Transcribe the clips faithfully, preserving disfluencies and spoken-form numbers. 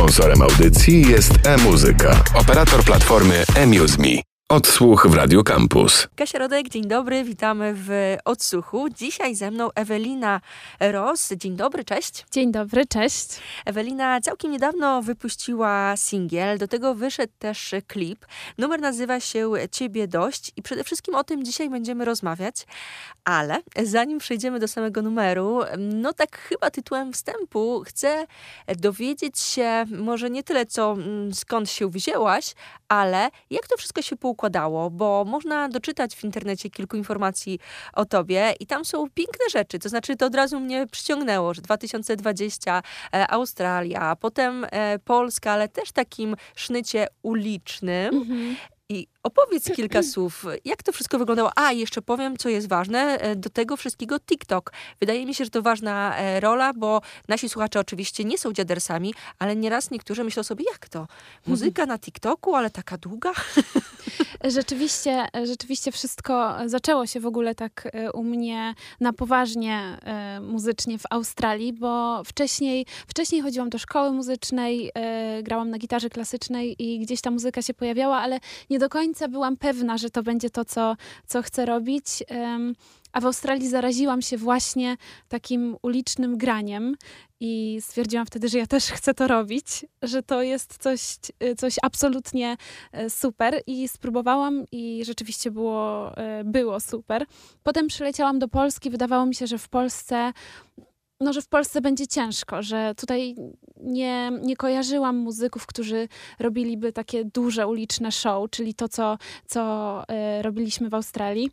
Sponsorem audycji jest e-muzyka, operator platformy eMuseMe. Odsłuch w Radio Campus. Kasia Rodek, dzień dobry, witamy w Odsłuchu. Dzisiaj ze mną Ewelina Ros. Dzień dobry, cześć. Dzień dobry, cześć. Ewelina całkiem niedawno wypuściła singiel, do tego wyszedł też klip. Numer nazywa się Ciebie dość i przede wszystkim o tym dzisiaj będziemy rozmawiać. Ale zanim przejdziemy do samego numeru, no tak chyba tytułem wstępu chcę dowiedzieć się może nie tyle co skąd się wzięłaś, ale jak to wszystko się poukładało, bo można doczytać w internecie kilku informacji o tobie i tam są piękne rzeczy, to znaczy to od razu mnie przyciągnęło, że dwa tysiące dwudziesty e, Australia, potem e, Polska, ale też takim sznycie ulicznym. Mhm. I opowiedz kilka słów, jak to wszystko wyglądało. A, jeszcze powiem, co jest ważne, do tego wszystkiego TikTok. Wydaje mi się, że to ważna rola, bo nasi słuchacze oczywiście nie są dziadersami, ale nieraz niektórzy myślą sobie, jak to? Muzyka na TikToku, ale taka długa? Rzeczywiście, rzeczywiście wszystko zaczęło się w ogóle tak u mnie na poważnie muzycznie w Australii, bo wcześniej, wcześniej chodziłam do szkoły muzycznej, grałam na gitarze klasycznej i gdzieś ta muzyka się pojawiała, ale nie do końca byłam pewna, że to będzie to, co, co chcę robić. A w Australii zaraziłam się właśnie takim ulicznym graniem i stwierdziłam wtedy, że ja też chcę to robić, że to jest coś, coś absolutnie super i spróbowałam i rzeczywiście było, było super. Potem przyleciałam do Polski, wydawało mi się, że w Polsce No, że w Polsce będzie ciężko, że tutaj nie, nie kojarzyłam muzyków, którzy robiliby takie duże uliczne show, czyli to, co, co y, robiliśmy w Australii.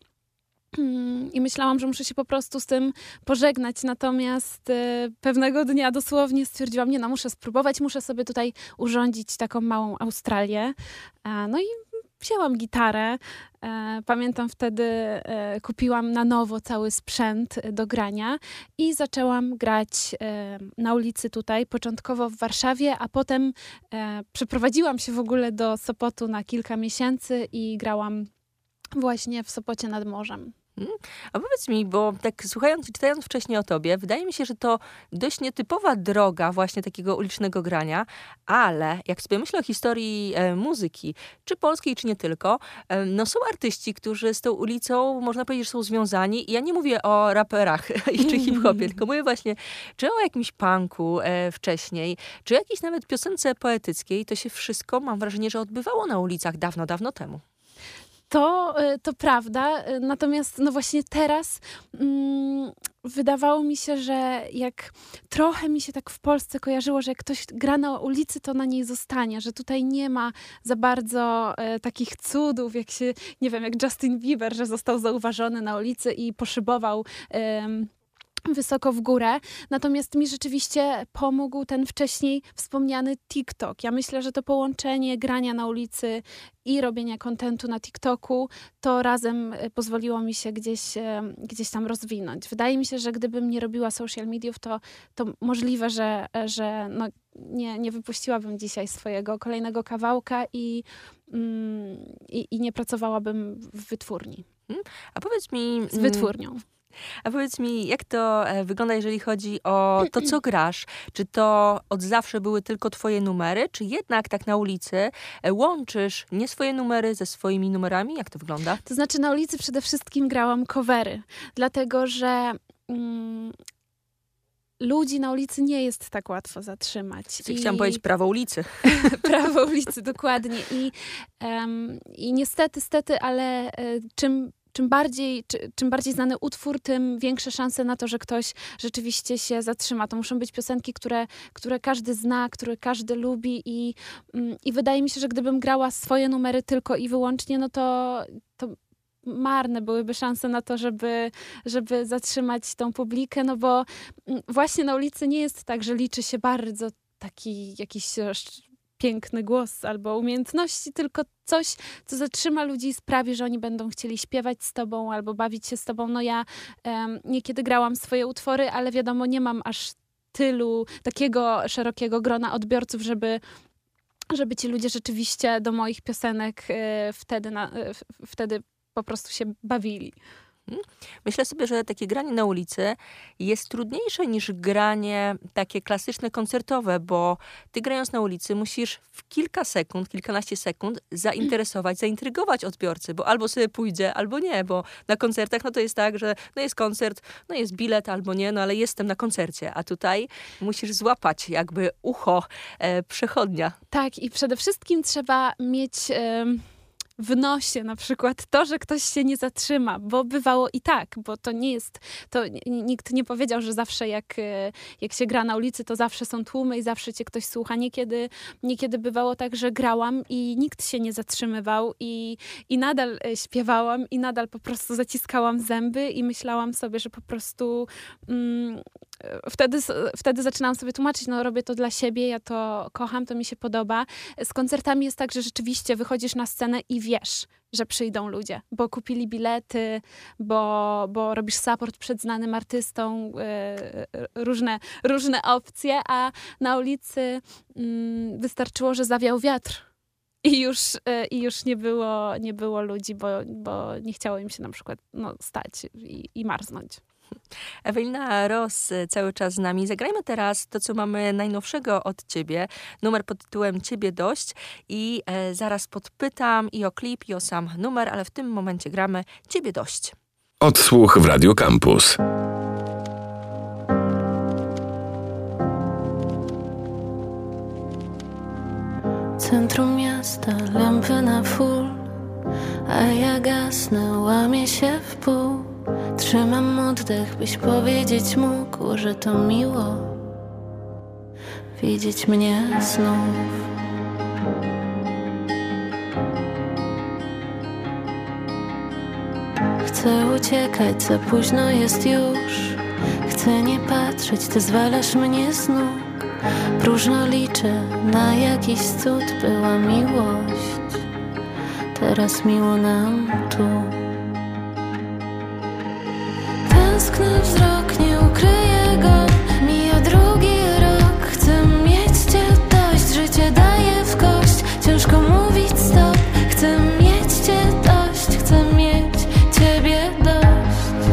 I myślałam, że muszę się po prostu z tym pożegnać, natomiast y, pewnego dnia dosłownie stwierdziłam, nie no, muszę spróbować, muszę sobie tutaj urządzić taką małą Australię. A, no i wzięłam gitarę. E, pamiętam wtedy e, kupiłam na nowo cały sprzęt do grania i zaczęłam grać e, na ulicy tutaj, początkowo w Warszawie, a potem e, przeprowadziłam się w ogóle do Sopotu na kilka miesięcy i grałam właśnie w Sopocie nad morzem. Hmm. A powiedz mi, bo tak słuchając i czytając wcześniej o tobie, wydaje mi się, że to dość nietypowa droga właśnie takiego ulicznego grania, ale jak sobie myślę o historii e, muzyki, czy polskiej, czy nie tylko, e, no są artyści, którzy z tą ulicą, można powiedzieć, że są związani. I ja nie mówię o raperach czy hip-hopie, tylko mówię właśnie, czy o jakimś punku e, wcześniej, czy jakiejś nawet piosence poetyckiej, to się wszystko, mam wrażenie, że odbywało na ulicach dawno, dawno temu. To, to prawda, natomiast no właśnie teraz mm, wydawało mi się, że jak trochę mi się tak w Polsce kojarzyło, że jak ktoś gra na ulicy, to na niej zostanie, że tutaj nie ma za bardzo e, takich cudów, jak się, nie wiem, jak Justin Bieber, że został zauważony na ulicy i poszybował e, wysoko w górę. Natomiast mi rzeczywiście pomógł ten wcześniej wspomniany TikTok. Ja myślę, że to połączenie grania na ulicy i robienia kontentu na TikToku, to razem pozwoliło mi się gdzieś, gdzieś tam rozwinąć. Wydaje mi się, że gdybym nie robiła social mediów, to, to możliwe, że, że no nie, nie wypuściłabym dzisiaj swojego kolejnego kawałka i, mm, i, i nie pracowałabym w wytwórni. A powiedz mi... Z wytwórnią. A powiedz mi, jak to wygląda, jeżeli chodzi o to, co grasz? Czy to od zawsze były tylko twoje numery, czy jednak tak na ulicy łączysz nie swoje numery ze swoimi numerami? Jak to wygląda? To znaczy na ulicy przede wszystkim grałam covery, dlatego że mm, ludzi na ulicy nie jest tak łatwo zatrzymać. I... Chciałam powiedzieć prawo ulicy. Prawo ulicy, dokładnie. I, um, i niestety, stety, ale y, czym Czym bardziej, czy, czym bardziej znany utwór, tym większe szanse na to, że ktoś rzeczywiście się zatrzyma. To muszą być piosenki, które, które każdy zna, które każdy lubi i, i wydaje mi się, że gdybym grała swoje numery tylko i wyłącznie, no to, to marne byłyby szanse na to, żeby, żeby zatrzymać tą publikę, no bo właśnie na ulicy nie jest tak, że liczy się bardzo taki jakiś piękny głos albo umiejętności, tylko coś, co zatrzyma ludzi i sprawi, że oni będą chcieli śpiewać z tobą albo bawić się z tobą. No ja um, niekiedy grałam swoje utwory, ale wiadomo, nie mam aż tylu, takiego szerokiego grona odbiorców, żeby żeby ci ludzie rzeczywiście do moich piosenek y, wtedy, na, y, wtedy po prostu się bawili. Myślę sobie, że takie granie na ulicy jest trudniejsze niż granie takie klasyczne, koncertowe, bo ty grając na ulicy musisz w kilka sekund, kilkanaście sekund zainteresować, zaintrygować odbiorcy, bo albo sobie pójdzie, albo nie, bo na koncertach no to jest tak, że no jest koncert, no jest bilet albo nie, no ale jestem na koncercie, a tutaj musisz złapać jakby ucho e, przechodnia. Tak, i przede wszystkim trzeba mieć... Ym... w nosie na przykład to, że ktoś się nie zatrzyma, bo bywało i tak, bo to nie jest, to nikt nie powiedział, że zawsze jak, jak się gra na ulicy, to zawsze są tłumy i zawsze cię ktoś słucha. Niekiedy, niekiedy bywało tak, że grałam i nikt się nie zatrzymywał i, i nadal śpiewałam i nadal po prostu zaciskałam zęby i myślałam sobie, że po prostu mm, Wtedy, wtedy zaczynałam sobie tłumaczyć, no robię to dla siebie, ja to kocham, to mi się podoba. Z koncertami jest tak, że rzeczywiście wychodzisz na scenę i wiesz, że przyjdą ludzie, bo kupili bilety, bo, bo robisz support przed znanym artystą, yy, różne, różne opcje, a na ulicy yy, wystarczyło, że zawiał wiatr. I już, yy, i już nie było, nie było ludzi, bo, bo nie chciało im się na przykład no, stać i, i marznąć. Ewelina Ros cały czas z nami. Zagrajmy teraz to, co mamy najnowszego od ciebie. Numer pod tytułem Ciebie dość. I e, zaraz podpytam i o klip, i o sam numer, ale w tym momencie gramy Ciebie dość. Odsłuch w Radio Campus. Centrum miasta, lampy na full, a ja gasnę, łamię się w pół. Trzymam oddech, byś powiedzieć mógł, że to miło widzieć mnie znów. Chcę uciekać, za późno jest już. Chcę nie patrzeć, ty zwalasz mnie z nóg. Próżno liczę, na jakiś cud była miłość. Teraz miło nam tu. Tęskny wzrok, nie ukryję go. Mija drugi rok. Chcę mieć cię dość. Życie daje w kość. Ciężko mówić stop. Chcę mieć cię dość. Chcę mieć ciebie dość.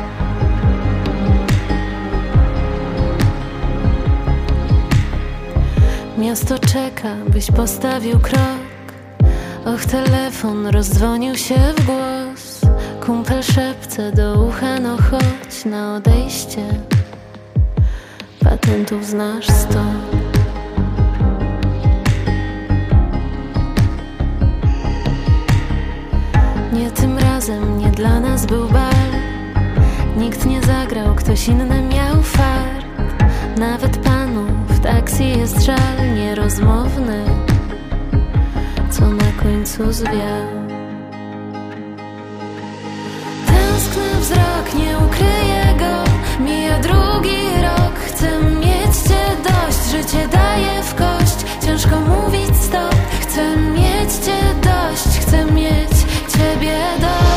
Miasto czeka, byś postawił krok. Och, telefon rozdzwonił się w głos. Kumpel szepce do ucha, no chodź na odejście. Patentów znasz sto. Nie tym razem, nie dla nas był bal. Nikt nie zagrał, ktoś inny miał fart. Nawet panu w taksi jest żal nierozmowny, co na końcu zwiał. Tęskny wzrok, nie ukryję go. Mija drugi rok. Chcę mieć cię dość. Życie daje w kość. Ciężko mówić stop. Chcę mieć cię dość. Chcę mieć ciebie dość.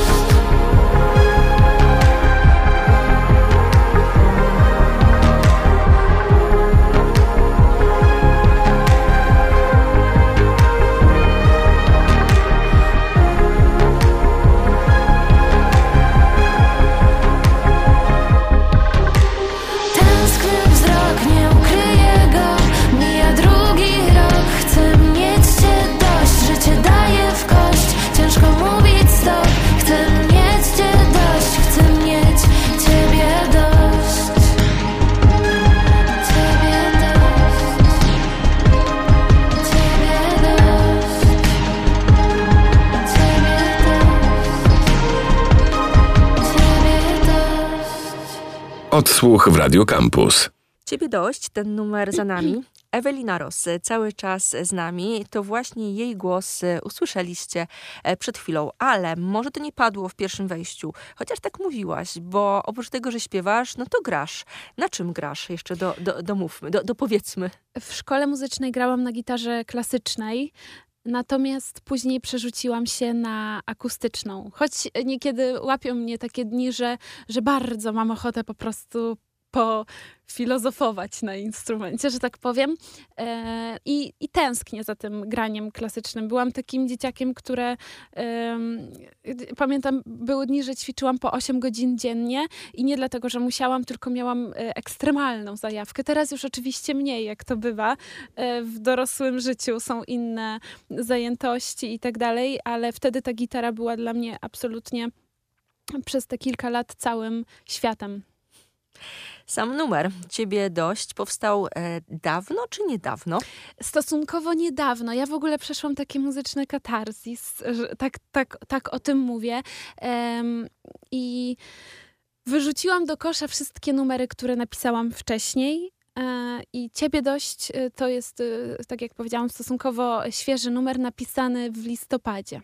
Odsłuch w Radio Campus. Ciebie dość, ten numer za nami. Ewelina Ros cały czas z nami. To właśnie jej głos usłyszeliście przed chwilą, ale może to nie padło w pierwszym wejściu, chociaż tak mówiłaś, bo oprócz tego, że śpiewasz, no to grasz. Na czym grasz? Jeszcze do, do, domówmy, do, dopowiedzmy. W szkole muzycznej grałam na gitarze klasycznej. Natomiast później przerzuciłam się na akustyczną. Choć niekiedy łapią mnie takie dni, że, że bardzo mam ochotę po prostu pofilozofować na instrumencie, że tak powiem. E, i, I tęsknię za tym graniem klasycznym. Byłam takim dzieciakiem, które e, pamiętam, były dni, że ćwiczyłam po osiem godzin dziennie i nie dlatego, że musiałam, tylko miałam e, ekstremalną zajawkę. Teraz już oczywiście mniej, jak to bywa. E, w dorosłym życiu są inne zajętości i tak dalej, ale wtedy ta gitara była dla mnie absolutnie przez te kilka lat całym światem. Sam numer Ciebie dość powstał e, dawno czy niedawno? Stosunkowo niedawno. Ja w ogóle przeszłam takie muzyczne katarzis, że tak, tak, tak o tym mówię. Um, I wyrzuciłam do kosza wszystkie numery, które napisałam wcześniej. I Ciebie dość to jest, tak jak powiedziałam, stosunkowo świeży numer napisany w listopadzie.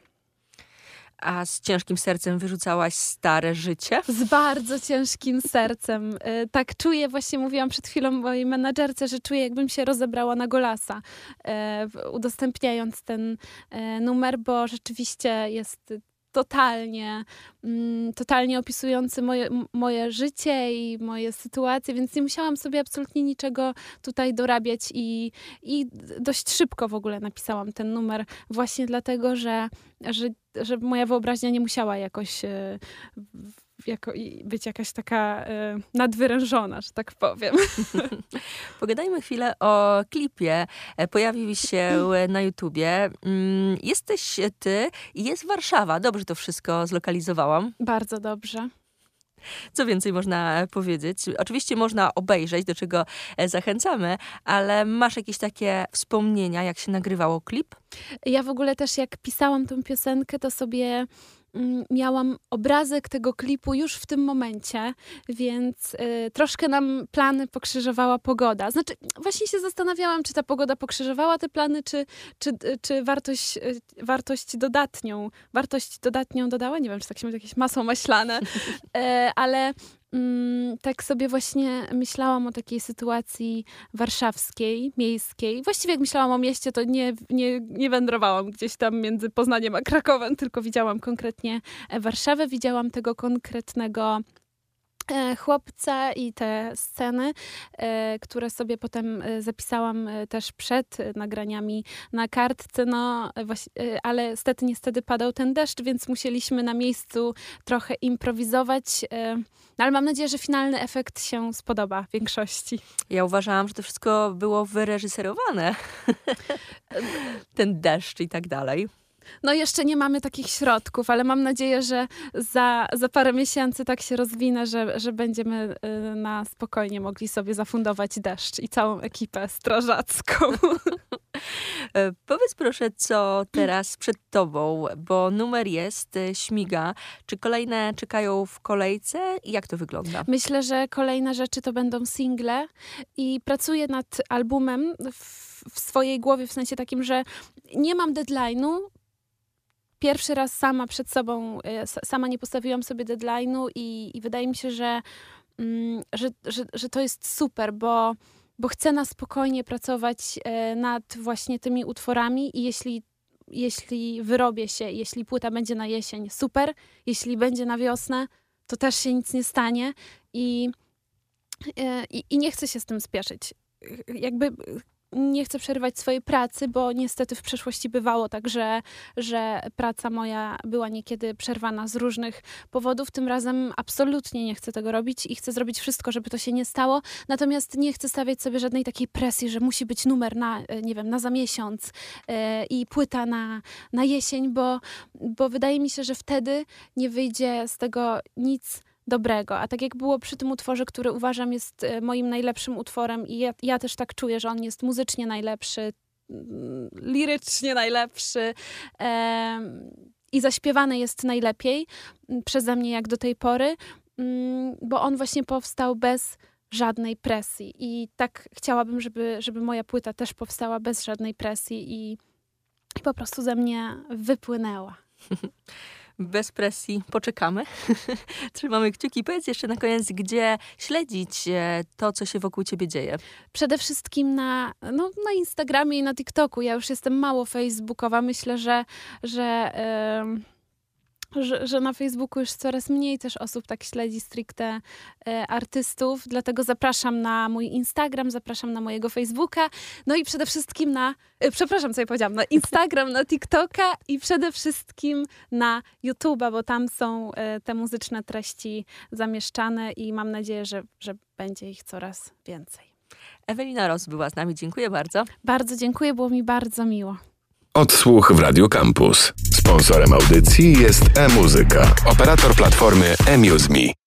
A z ciężkim sercem wyrzucałaś Stare życie? Z bardzo ciężkim sercem. Tak czuję, właśnie mówiłam przed chwilą mojej menadżerce, że czuję, jakbym się rozebrała na golasa, udostępniając ten numer, bo rzeczywiście jest totalnie, mm, totalnie opisujący moje, moje życie i moje sytuacje, więc nie musiałam sobie absolutnie niczego tutaj dorabiać i, i dość szybko w ogóle napisałam ten numer właśnie dlatego, że, że, że moja wyobraźnia nie musiała jakoś e, jako, być jakaś taka e, nadwyrężona, że tak powiem. Pogadajmy chwilę o klipie. Pojawił się na YouTubie. Jesteś ty i jest Warszawa. Dobrze to wszystko zlokalizowałam. Bardzo dobrze. Co więcej można powiedzieć? Oczywiście można obejrzeć, do czego zachęcamy, ale masz jakieś takie wspomnienia, jak się nagrywało klip? Ja w ogóle też jak pisałam tę piosenkę, to sobie miałam obrazek tego klipu już w tym momencie, więc y, troszkę nam plany pokrzyżowała pogoda. Znaczy, właśnie się zastanawiałam, czy ta pogoda pokrzyżowała te plany, czy, czy, czy wartość, y, wartość dodatnią, wartość dodatnią dodała. Nie wiem, czy tak się mówi, jakieś masło maślane, y, ale Mm, tak sobie właśnie myślałam o takiej sytuacji warszawskiej, miejskiej. Właściwie jak myślałam o mieście, to nie, nie, nie wędrowałam gdzieś tam między Poznaniem a Krakowem, tylko widziałam konkretnie Warszawę, widziałam tego konkretnego chłopca i te sceny, które sobie potem zapisałam też przed nagraniami na kartce, no ale niestety, niestety padał ten deszcz, więc musieliśmy na miejscu trochę improwizować, no, ale mam nadzieję, że finalny efekt się spodoba większości. Ja uważałam, że to wszystko było wyreżyserowane. Ten deszcz i tak dalej. No jeszcze nie mamy takich środków, ale mam nadzieję, że za, za parę miesięcy tak się rozwinę, że, że będziemy y, na spokojnie mogli sobie zafundować deszcz i całą ekipę strażacką. Powiedz proszę, co teraz przed tobą, bo numer jest, śmiga. Czy kolejne czekają w kolejce? Jak to wygląda? Myślę, że kolejne rzeczy to będą single i pracuję nad albumem w, w swojej głowie, w sensie takim, że nie mam deadline'u. Pierwszy raz sama przed sobą, sama nie postawiłam sobie deadline'u i, i wydaje mi się, że, mm, że, że, że to jest super, bo, bo chcę na spokojnie pracować nad właśnie tymi utworami i jeśli, jeśli wyrobię się, jeśli płyta będzie na jesień, super. Jeśli będzie na wiosnę, to też się nic nie stanie i, i, i nie chcę się z tym spieszyć. Jakby nie chcę przerywać swojej pracy, bo niestety w przeszłości bywało tak, że, że praca moja była niekiedy przerwana z różnych powodów. Tym razem absolutnie nie chcę tego robić i chcę zrobić wszystko, żeby to się nie stało. Natomiast nie chcę stawiać sobie żadnej takiej presji, że musi być numer na, nie wiem, na za miesiąc yy, i płyta na, na jesień, bo, bo wydaje mi się, że wtedy nie wyjdzie z tego nic dobrego. A tak jak było przy tym utworze, który uważam jest moim najlepszym utworem i ja, ja też tak czuję, że on jest muzycznie najlepszy, lirycznie najlepszy e, i zaśpiewany jest najlepiej przeze mnie jak do tej pory, m, bo on właśnie powstał bez żadnej presji i tak chciałabym, żeby, żeby moja płyta też powstała bez żadnej presji i, i po prostu ze mnie wypłynęła. Bez presji poczekamy. Trzymamy kciuki. Powiedz jeszcze na koniec, gdzie śledzić to, co się wokół ciebie dzieje. Przede wszystkim na, no, na Instagramie i na TikToku. Ja już jestem mało facebookowa. Myślę, że, że, że, że na Facebooku już coraz mniej też osób tak śledzi stricte e, artystów, dlatego zapraszam na mój Instagram, zapraszam na mojego Facebooka, no i przede wszystkim na, e, przepraszam, co ja powiedziałam, na Instagram, na TikToka i przede wszystkim na YouTube'a, bo tam są e, te muzyczne treści zamieszczane i mam nadzieję, że, że będzie ich coraz więcej. Ewelina Ros była z nami, dziękuję bardzo. Bardzo dziękuję, było mi bardzo miło. Odsłuch w Radio Campus. Sponsorem audycji jest e-muzyka, operator platformy eMuseMe.